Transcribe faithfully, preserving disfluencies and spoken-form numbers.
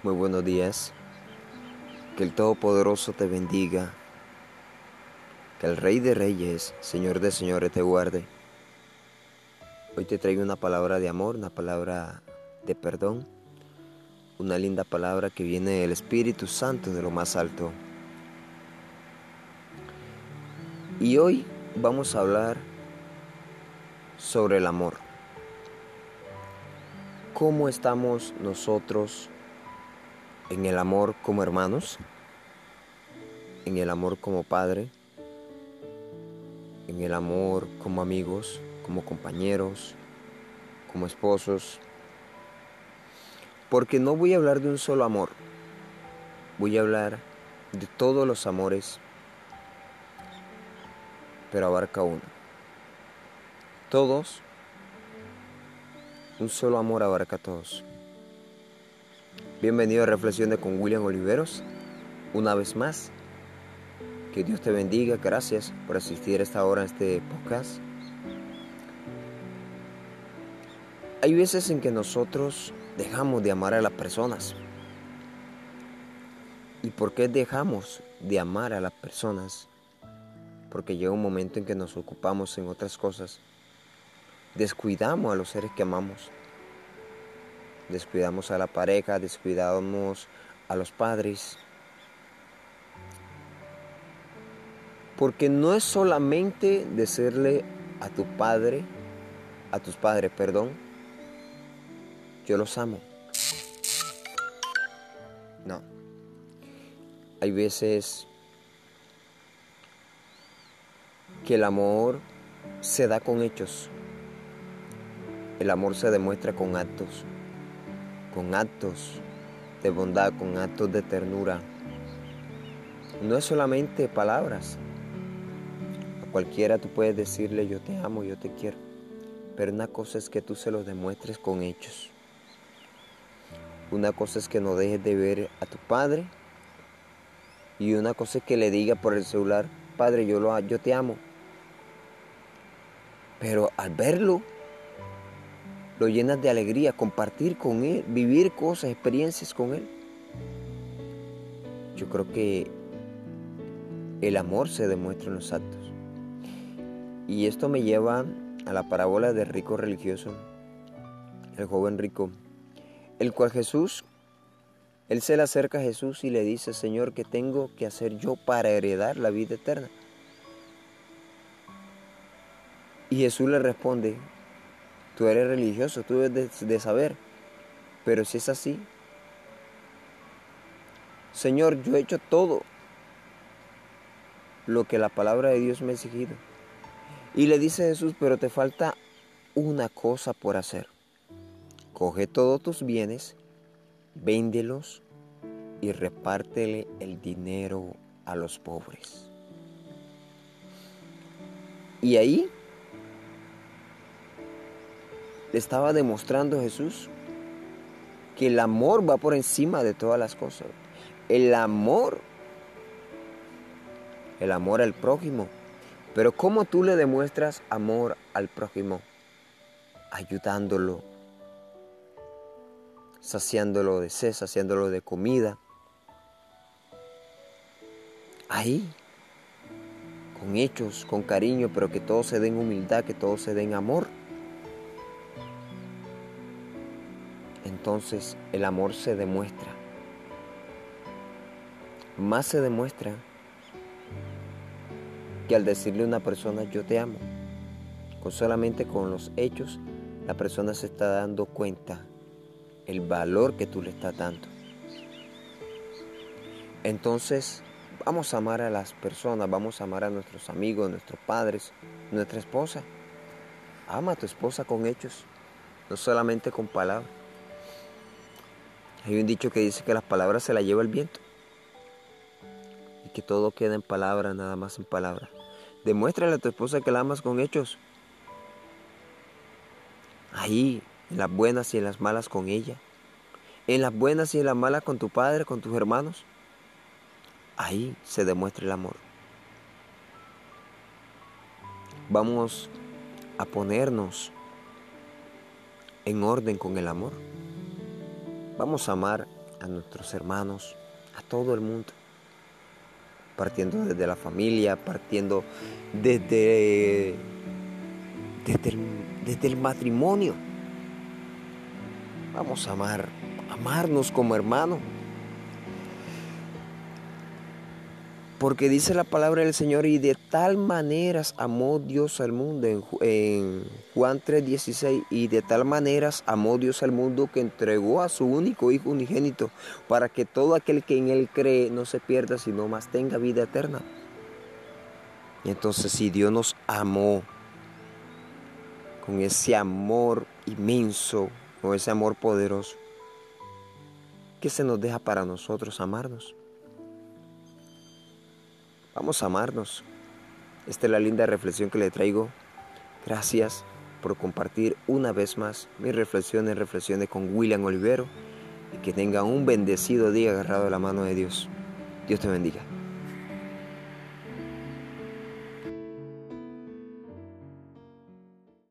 Muy buenos días, que el Todopoderoso te bendiga, que el Rey de Reyes, Señor de Señores te guarde. Hoy te traigo una palabra de amor, una palabra de perdón, una linda palabra que viene del Espíritu Santo de lo más alto. Y hoy vamos a hablar sobre el amor. ¿Cómo estamos nosotros en el amor como hermanos? En el amor como padre, en el amor como amigos, como compañeros, como esposos. Porque no voy a hablar de un solo amor, voy a hablar de todos los amores, pero abarca uno. Todos, un solo amor abarca a todos. Bienvenido a Reflexiones con William Oliveros. Una vez más, que Dios te bendiga. Gracias por asistir a esta hora a este podcast. Hay veces en que nosotros dejamos de amar a las personas. ¿Y por qué dejamos de amar a las personas? Porque llega un momento en que nos ocupamos en otras cosas. Descuidamos a los seres que amamos. Descuidamos a la pareja, descuidamos a los padres. Porque no es solamente decirle a tu padre, a tus padres, perdón, yo los amo. No. Hay veces que el amor se da con hechos. El amor se demuestra con actos. Con actos de bondad, con actos de ternura. No es solamente palabras. A cualquiera tú puedes decirle yo te amo, yo te quiero. Pero una cosa es que tú se lo demuestres con hechos. Una cosa es que no dejes de ver a tu padre. Y una cosa es que le diga por el celular, padre, yo, lo, yo te amo. Pero al verlo, lo llenas de alegría, compartir con él, vivir cosas, experiencias con él. Yo creo que el amor se demuestra en los actos. Y esto me lleva a la parábola del rico religioso, el joven rico, el cual Jesús, él se le acerca a Jesús y le dice, Señor, ¿qué tengo que hacer yo para heredar la vida eterna? Y Jesús le responde, tú eres religioso, tú debes de, de saber, pero si es así, Señor, yo he hecho todo lo que la palabra de Dios me ha exigido. Y le dice Jesús, pero te falta una cosa por hacer. Coge todos tus bienes, véndelos y repártele el dinero a los pobres. Y ahí le estaba demostrando Jesús que el amor va por encima de todas las cosas. El amor, el amor al prójimo. Pero ¿cómo tú le demuestras amor al prójimo? Ayudándolo, saciándolo de sed, saciándolo de comida. Ahí, con hechos, con cariño, pero que todo se dé en humildad, que todo se dé en amor. Entonces el amor se demuestra. Más se demuestra que al decirle a una persona yo te amo. Con solamente con los hechos, la persona se está dando cuenta el valor que tú le estás dando. Entonces, vamos a amar a las personas, vamos a amar a nuestros amigos, nuestros padres, nuestra esposa. Ama a tu esposa con hechos, no solamente con palabras. Hay un dicho que dice que las palabras se las lleva el viento y que todo queda en palabras, nada más en palabras. Demuéstrale a tu esposa que la amas con hechos. Ahí, en las buenas y en las malas con ella. En las buenas y en las malas con tu padre, con tus hermanos. Ahí se demuestra el amor. Vamos a ponernos en orden con el amor. Vamos a amar a nuestros hermanos, a todo el mundo. Partiendo desde la familia, partiendo desde, desde, el, desde el matrimonio. Vamos a amar, amarnos como hermanos. Porque dice la palabra del Señor, y de tal maneras amó Dios al mundo, en, en Juan tres dieciséis, y de tal maneras amó Dios al mundo que entregó a su único Hijo unigénito, para que todo aquel que en Él cree no se pierda, sino más tenga vida eterna. Y entonces, si Dios nos amó con ese amor inmenso, con ese amor poderoso, ¿qué se nos deja para nosotros amarnos? Vamos a amarnos. Esta es la linda reflexión que le traigo. Gracias por compartir una vez más mis reflexiones, reflexiones con William Olivero. Y que tenga un bendecido día agarrado de la mano de Dios. Dios te bendiga.